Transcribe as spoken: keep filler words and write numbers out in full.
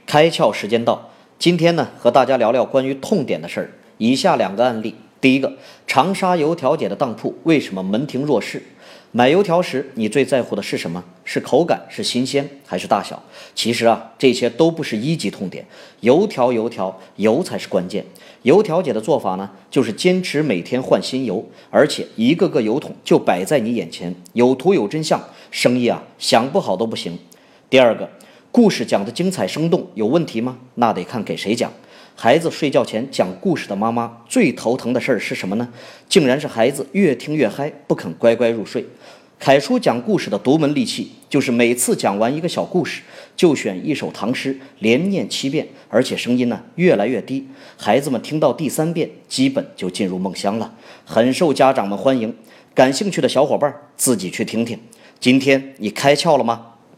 开窍时间到，今天呢和大家聊聊关于痛点的事儿。以下两个案例，第一个，长沙油条姐的当铺为什么门庭若市？买油条时，你最在乎的是什么？是口感，是新鲜，还是大小？其实啊，这些都不是一级痛点，油条油条油才是关键。油条姐的做法呢，就是坚持每天换新油，而且一个个油桶就摆在你眼前，有图有真相，生意啊想不好都不行。第二个，故事讲得精彩生动，有问题吗？那得看给谁讲。孩子睡觉前讲故事的妈妈最头疼的事儿是什么呢？竟然是孩子越听越嗨，不肯乖乖入睡。凯叔讲故事的独门利器就是每次讲完一个小故事，就选一首唐诗连念七遍，而且声音呢越来越低。孩子们听到第三遍，基本就进入梦乡了，很受家长们欢迎。感兴趣的小伙伴自己去听听。今天你开窍了吗？